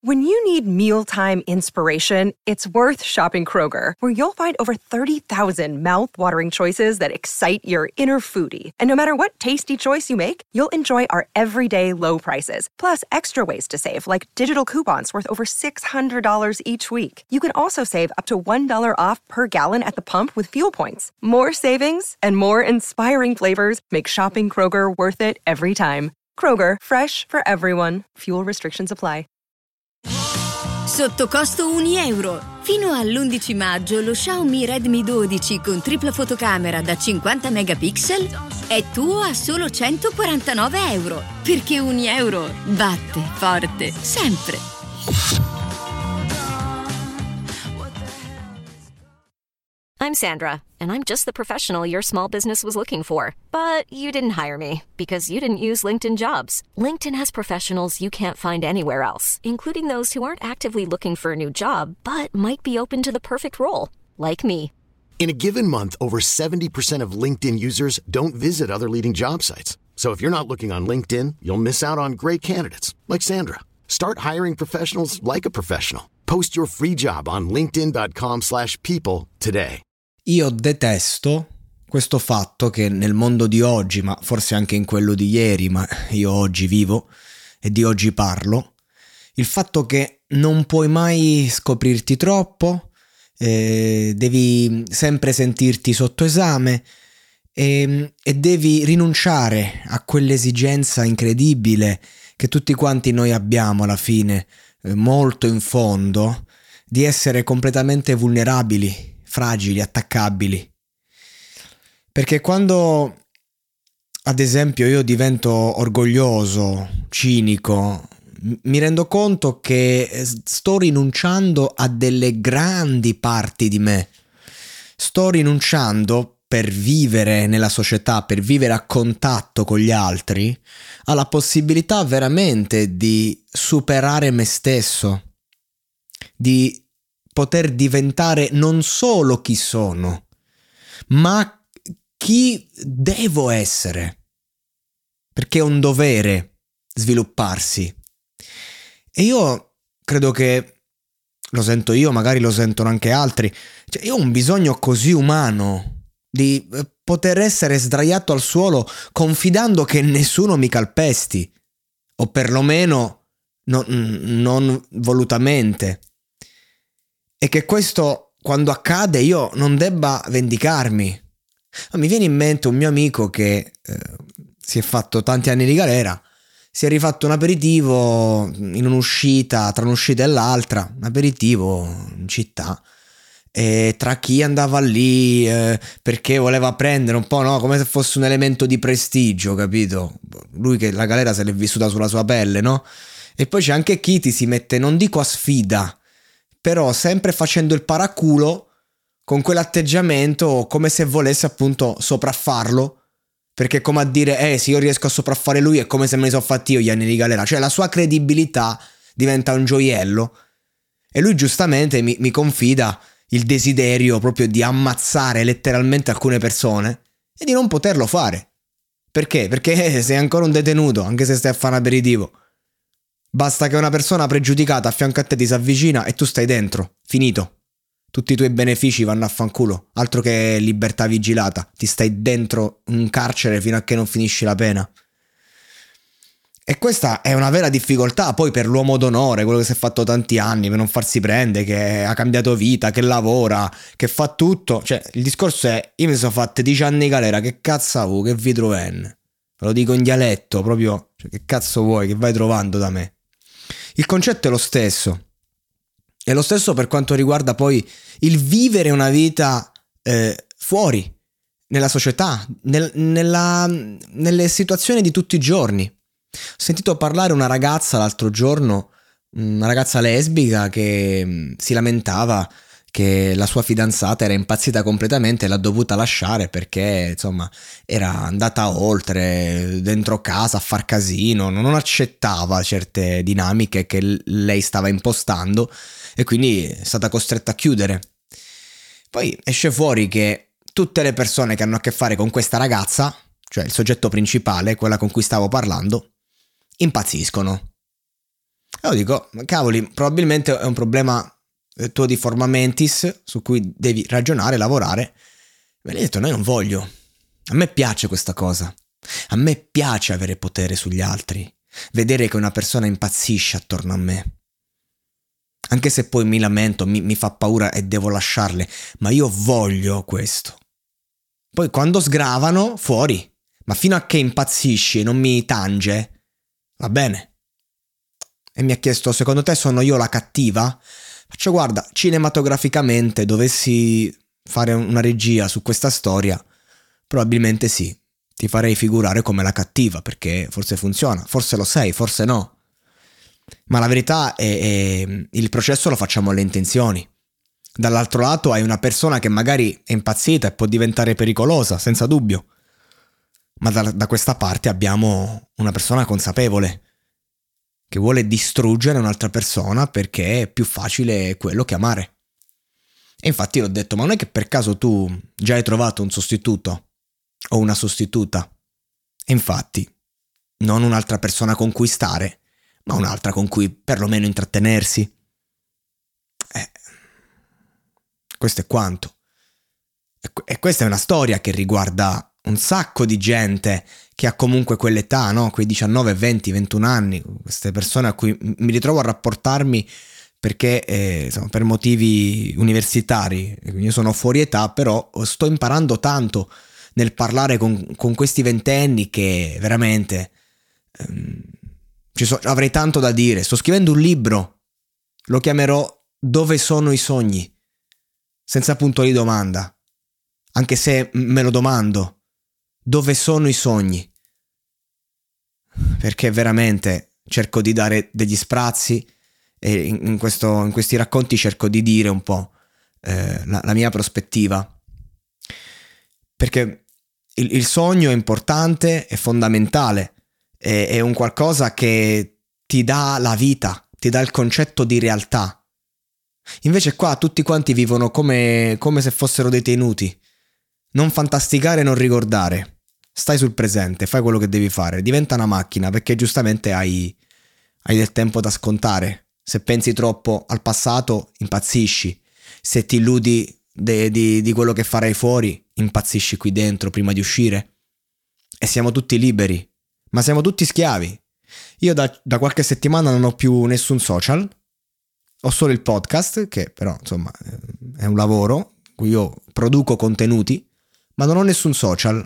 When you need mealtime inspiration, it's worth shopping Kroger, where you'll find over 30,000 mouth-watering choices that excite your inner foodie. And no matter what tasty choice you make, you'll enjoy our everyday low prices, plus extra ways to save, like digital coupons worth over $600 each week. You can also save up to $1 off per gallon at the pump with fuel points. More savings and more inspiring flavors make shopping Kroger worth it every time. Kroger, fresh for everyone. Fuel restrictions apply. Sotto costo €1. Fino all'11 maggio lo Xiaomi Redmi 12 con tripla fotocamera da 50 megapixel è tuo a solo €149. Perché €1 batte forte sempre. I'm Sandra, and I'm just the professional your small business was looking for. But you didn't hire me because you didn't use LinkedIn Jobs. LinkedIn has professionals you can't find anywhere else, including those who aren't actively looking for a new job, but might be open to the perfect role, like me. In a given month, over 70% of LinkedIn users don't visit other leading job sites. So if you're not looking on LinkedIn, you'll miss out on great candidates, like Sandra. Start hiring professionals like a professional. Post your free job on linkedin.com/people today. Io detesto questo fatto che nel mondo di oggi, ma forse anche in quello di ieri, ma io oggi vivo e di oggi parlo, il fatto che non puoi mai scoprirti troppo, devi sempre sentirti sotto esame e devi rinunciare a quell'esigenza incredibile che tutti quanti noi abbiamo alla fine, molto in fondo, di essere completamente vulnerabili, fragili, attaccabili. Perché quando, ad esempio, io divento orgoglioso, cinico, mi rendo conto che sto rinunciando a delle grandi parti di me. Sto rinunciando, per vivere nella società, per vivere a contatto con gli altri, alla possibilità veramente di superare me stesso, di poter diventare non solo chi sono, ma chi devo essere, perché è un dovere svilupparsi. E io credo che, lo sento io, magari lo sentono anche altri, cioè io ho un bisogno così umano di poter essere sdraiato al suolo confidando che nessuno mi calpesti, o perlomeno non volutamente. E che questo, quando accade, io non debba vendicarmi. Mi viene in mente un mio amico che si è fatto tanti anni di galera, si è rifatto un aperitivo in un'uscita, tra un'uscita e l'altra, un aperitivo in città, e tra chi andava lì perché voleva prendere un po', no, come se fosse un elemento di prestigio, capito? Lui che la galera se l'è vissuta sulla sua pelle, no? E poi c'è anche chi ti si mette, non dico a sfida, però sempre facendo il paraculo, con quell'atteggiamento come se volesse appunto sopraffarlo, perché è come a dire se io riesco a sopraffare lui è come se me ne sono fatti io gli anni di galera, cioè la sua credibilità diventa un gioiello. E lui giustamente mi confida il desiderio proprio di ammazzare letteralmente alcune persone e di non poterlo fare. Perché? Perché sei ancora un detenuto, anche se stai a fare un aperitivo. Basta che una persona pregiudicata a fianco a te ti si avvicina e tu stai dentro, finito. Tutti i tuoi benefici vanno a fanculo, altro che libertà vigilata, ti stai dentro un carcere fino a che non finisci la pena. E questa è una vera difficoltà poi per l'uomo d'onore, quello che si è fatto tanti anni per non farsi prendere, che ha cambiato vita, che lavora, che fa tutto. Cioè il discorso è, io mi sono fatto 10 anni di galera, che cazzo avevo, che vi trovenne? Ve lo dico in dialetto proprio, cioè, che cazzo vuoi, che vai trovando da me? Il concetto è lo stesso. È lo stesso per quanto riguarda poi il vivere una vita fuori, nella società, nelle situazioni di tutti i giorni. Ho sentito parlare una ragazza l'altro giorno, una ragazza lesbica che si lamentava che la sua fidanzata era impazzita completamente e l'ha dovuta lasciare perché insomma era andata oltre, dentro casa a far casino, non accettava certe dinamiche che lei stava impostando e quindi è stata costretta a chiudere. Poi esce fuori che tutte le persone che hanno a che fare con questa ragazza, cioè il soggetto principale, quella con cui stavo parlando, impazziscono. Io dico, cavoli, probabilmente è un problema tuo di forma mentis su cui devi ragionare, lavorare. Me l'hai detto, no, io non voglio. A me piace questa cosa. A me piace avere potere sugli altri, vedere che una persona impazzisce attorno a me. Anche se poi mi lamento, mi fa paura e devo lasciarle, ma io voglio questo. Poi quando sgravano, fuori. Ma fino a che impazzisci e non mi tange, va bene. E mi ha chiesto, secondo te sono io la cattiva? Faccio, guarda, cinematograficamente dovessi fare una regia su questa storia, probabilmente sì. Ti farei figurare come la cattiva, perché forse funziona, forse lo sei, forse no. Ma la verità è il processo lo facciamo alle intenzioni. Dall'altro lato hai una persona che magari è impazzita e può diventare pericolosa, senza dubbio. Ma da questa parte abbiamo una persona consapevole, che vuole distruggere un'altra persona perché è più facile quello che amare. E infatti l'ho detto, ma non è che per caso tu già hai trovato un sostituto o una sostituta? E infatti, non un'altra persona con cui stare, ma un'altra con cui perlomeno intrattenersi. Questo è quanto. E questa è una storia che riguarda un sacco di gente che ha comunque quell'età, no? Quei 19, 20, 21 anni, queste persone a cui mi ritrovo a rapportarmi perché insomma, per motivi universitari, io sono fuori età, però sto imparando tanto nel parlare con questi ventenni che veramente avrei tanto da dire. Sto scrivendo un libro, lo chiamerò Dove sono i sogni? Senza punto di domanda, anche se me lo domando. Dove sono i sogni? Perché veramente cerco di dare degli sprazzi e in questi racconti cerco di dire un po' la mia prospettiva. Perché il sogno è importante, è fondamentale, è un qualcosa che ti dà la vita, ti dà il concetto di realtà. Invece qua tutti quanti vivono come se fossero dei tenuti. Non fantasticare, non ricordare. Stai sul presente, fai quello che devi fare. Diventa una macchina perché giustamente hai del tempo da scontare. Se pensi troppo al passato, impazzisci. Se ti illudi di quello che farai fuori, impazzisci qui dentro prima di uscire. E siamo tutti liberi, ma siamo tutti schiavi. Io da qualche settimana non ho più nessun social. Ho solo il podcast, che però insomma è un lavoro, cui io produco contenuti, ma non ho nessun social.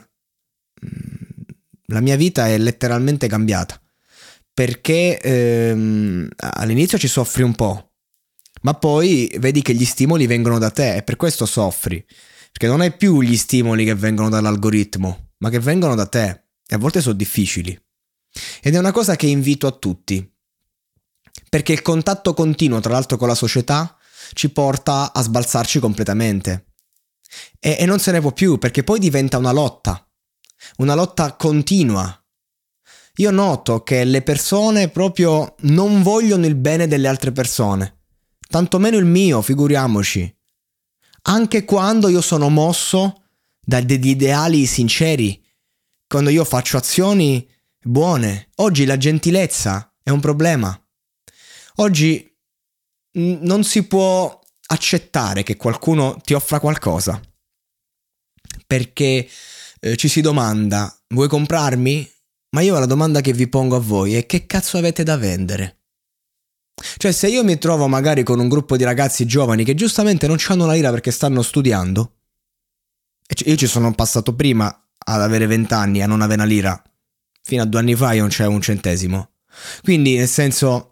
La mia vita è letteralmente cambiata, perché all'inizio ci soffri un po', ma poi vedi che gli stimoli vengono da te e per questo soffri, perché non hai più gli stimoli che vengono dall'algoritmo, ma che vengono da te e a volte sono difficili. Ed è una cosa che invito a tutti, perché il contatto continuo tra l'altro con la società ci porta a sbalzarci completamente e non se ne può più, perché poi diventa una lotta continua. Io noto che le persone proprio non vogliono il bene delle altre persone, tantomeno il mio, figuriamoci, anche quando io sono mosso da degli ideali sinceri, quando io faccio azioni buone. Oggi la gentilezza è un problema. Oggi non si può accettare che qualcuno ti offra qualcosa, perché ci si domanda: vuoi comprarmi? Ma io la domanda che vi pongo a voi è: che cazzo avete da vendere? Cioè, se io mi trovo magari con un gruppo di ragazzi giovani che giustamente non c'hanno la lira perché stanno studiando, e io ci sono passato prima ad avere 20 anni a non avere una lira, fino a 2 anni fa io non c'avevo un centesimo. Quindi nel senso,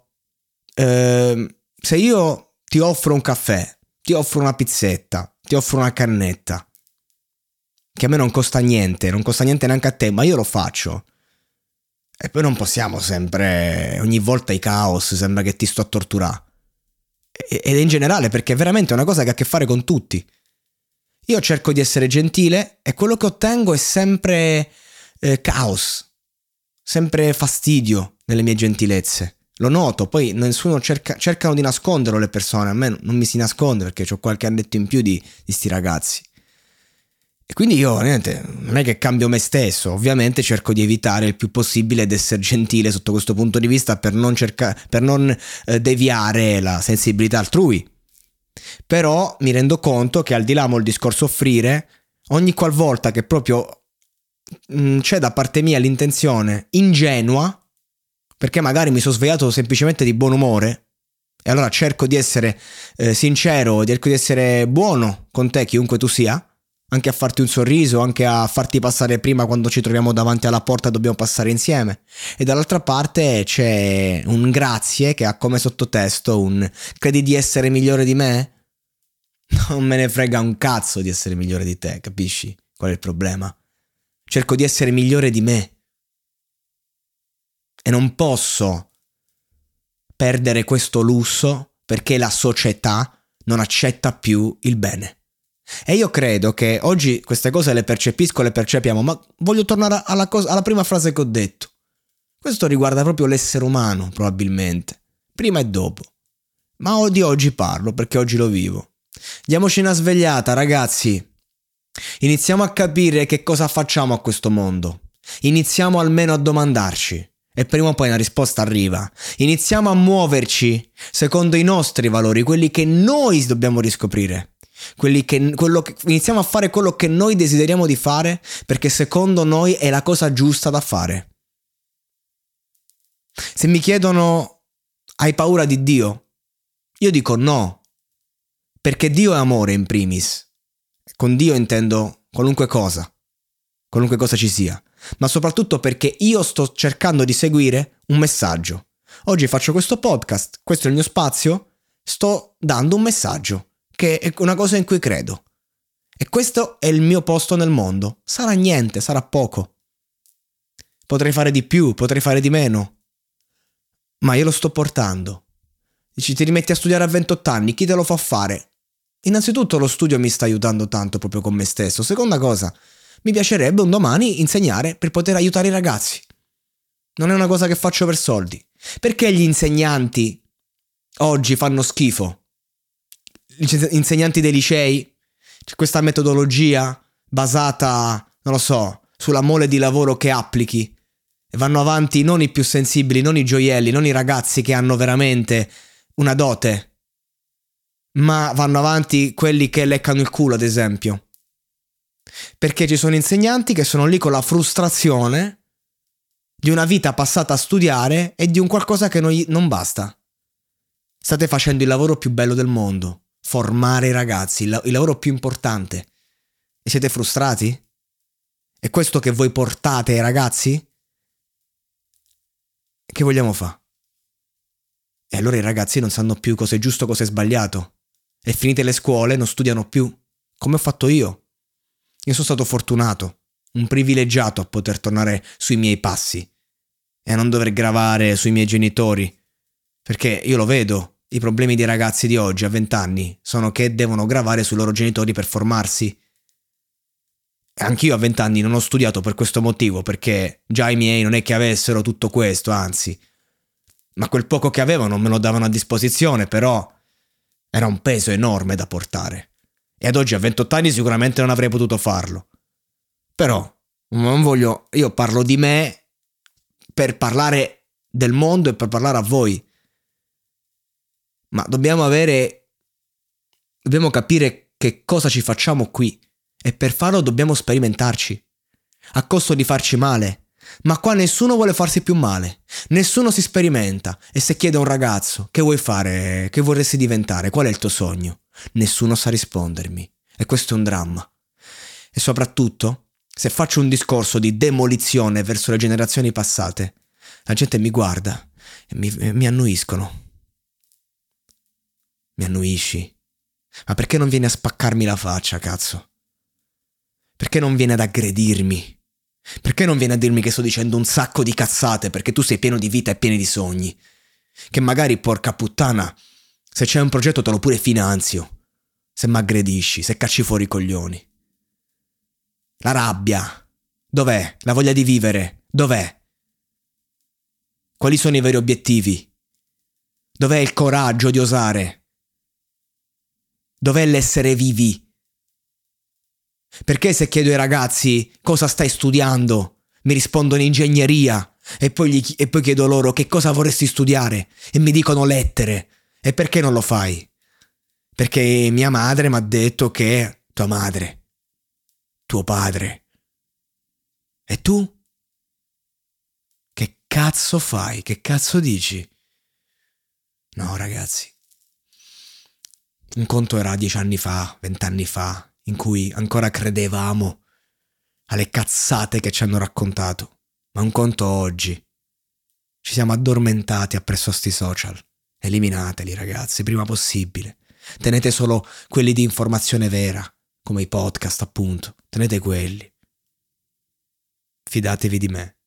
se io ti offro un caffè, ti offro una pizzetta, ti offro una cannetta, che a me non costa niente neanche a te, ma io lo faccio. E poi non possiamo sempre, ogni volta i caos, sembra che ti sto a torturare. Ed in generale, perché è veramente una cosa che ha a che fare con tutti. Io cerco di essere gentile e quello che ottengo è sempre caos, sempre fastidio nelle mie gentilezze. Lo noto, poi nessuno cercano di nasconderlo le persone, a me non mi si nasconde perché ho qualche annetto in più di sti ragazzi. E quindi io niente, non è che cambio me stesso, ovviamente cerco di evitare il più possibile ed essere gentile sotto questo punto di vista per non deviare la sensibilità altrui. Però mi rendo conto che al di là del discorso offrire, ogni qualvolta che proprio c'è da parte mia l'intenzione ingenua, perché magari mi sono svegliato semplicemente di buon umore, e allora cerco di essere sincero, cerco di essere buono con te, chiunque tu sia, anche a farti un sorriso, anche a farti passare prima quando ci troviamo davanti alla porta, dobbiamo passare insieme. E dall'altra parte c'è un grazie che ha come sottotesto un credi di essere migliore di me? Non me ne frega un cazzo di essere migliore di te, capisci? Qual è il problema? Cerco di essere migliore di me. E non posso perdere questo lusso perché la società non accetta più il bene. E io credo che oggi queste cose le percepiamo, ma voglio tornare alla prima frase che ho detto. Questo riguarda proprio l'essere umano, probabilmente, prima e dopo. Ma di oggi parlo perché oggi lo vivo. Diamoci una svegliata, ragazzi. Iniziamo a capire che cosa facciamo a questo mondo. Iniziamo almeno a domandarci. E prima o poi una risposta arriva. Iniziamo a muoverci secondo i nostri valori, quelli che noi dobbiamo riscoprire. Iniziamo a fare quello che noi desideriamo di fare, perché secondo noi è la cosa giusta da fare. Se mi chiedono: hai paura di Dio? Io dico no, perché Dio è amore in primis. Con Dio intendo qualunque cosa ci sia, ma soprattutto perché io sto cercando di seguire un messaggio. Oggi faccio questo podcast, questo è il mio spazio, sto dando un messaggio che è una cosa in cui credo. E questo è il mio posto nel mondo. Sarà niente, sarà poco. Potrei fare di più, potrei fare di meno. Ma io lo sto portando. Dici, ti rimetti a studiare a 28 anni, chi te lo fa fare? Innanzitutto lo studio mi sta aiutando tanto proprio con me stesso. Seconda cosa, mi piacerebbe un domani insegnare per poter aiutare i ragazzi. Non è una cosa che faccio per soldi. Perché gli insegnanti oggi fanno schifo? Insegnanti dei licei, c'è questa metodologia basata, non lo so, sulla mole di lavoro che applichi, e vanno avanti non i più sensibili, non i gioielli, non i ragazzi che hanno veramente una dote, ma vanno avanti quelli che leccano il culo, ad esempio, perché ci sono insegnanti che sono lì con la frustrazione di una vita passata a studiare e di un qualcosa che non basta. State facendo il lavoro più bello del mondo, formare i ragazzi, il lavoro più importante, e siete frustrati? È questo che voi portate ai ragazzi? Che vogliamo fare? E allora i ragazzi non sanno più cosa è giusto, cosa è sbagliato, e finite le scuole non studiano più, come ho fatto io. Io sono stato fortunato, un privilegiato a poter tornare sui miei passi e a non dover gravare sui miei genitori, perché io lo vedo. I problemi dei ragazzi di oggi a 20 anni sono che devono gravare sui loro genitori per formarsi. E anch'io a 20 anni non ho studiato per questo motivo, perché già i miei non è che avessero tutto questo, anzi. Ma quel poco che avevano me lo davano a disposizione, però era un peso enorme da portare. E ad oggi a 28 anni sicuramente non avrei potuto farlo. Però io parlo di me per parlare del mondo e per parlare a voi. Ma dobbiamo capire che cosa ci facciamo qui, e per farlo dobbiamo sperimentarci, a costo di farci male. Ma qua nessuno vuole farsi più male, nessuno si sperimenta, e se chiede a un ragazzo che vuoi fare, che vorresti diventare, qual è il tuo sogno, nessuno sa rispondermi, e questo è un dramma. E soprattutto, se faccio un discorso di demolizione verso le generazioni passate, la gente mi guarda e mi annuiscono. Mi annuisci? Ma perché non vieni a spaccarmi la faccia, cazzo? Perché non vieni ad aggredirmi? Perché non vieni a dirmi che sto dicendo un sacco di cazzate perché tu sei pieno di vita e pieno di sogni? Che magari, porca puttana, se c'è un progetto te lo pure finanzio. Se mi aggredisci, se cacci fuori i coglioni. La rabbia, dov'è? La voglia di vivere, dov'è? Quali sono i veri obiettivi? Dov'è il coraggio di osare? Dov'è l'essere vivi? Perché se chiedo ai ragazzi cosa stai studiando, mi rispondono ingegneria e poi chiedo loro che cosa vorresti studiare e mi dicono lettere. E perché non lo fai? Perché mia madre mi ha detto che tua madre, tuo padre. E tu? Che cazzo fai? Che cazzo dici? No, ragazzi. Un conto era 10 anni fa, 20 anni fa, in cui ancora credevamo alle cazzate che ci hanno raccontato. Ma un conto oggi. Ci siamo addormentati appresso a sti social. Eliminateli, ragazzi, prima possibile. Tenete solo quelli di informazione vera, come i podcast, appunto. Tenete quelli. Fidatevi di me.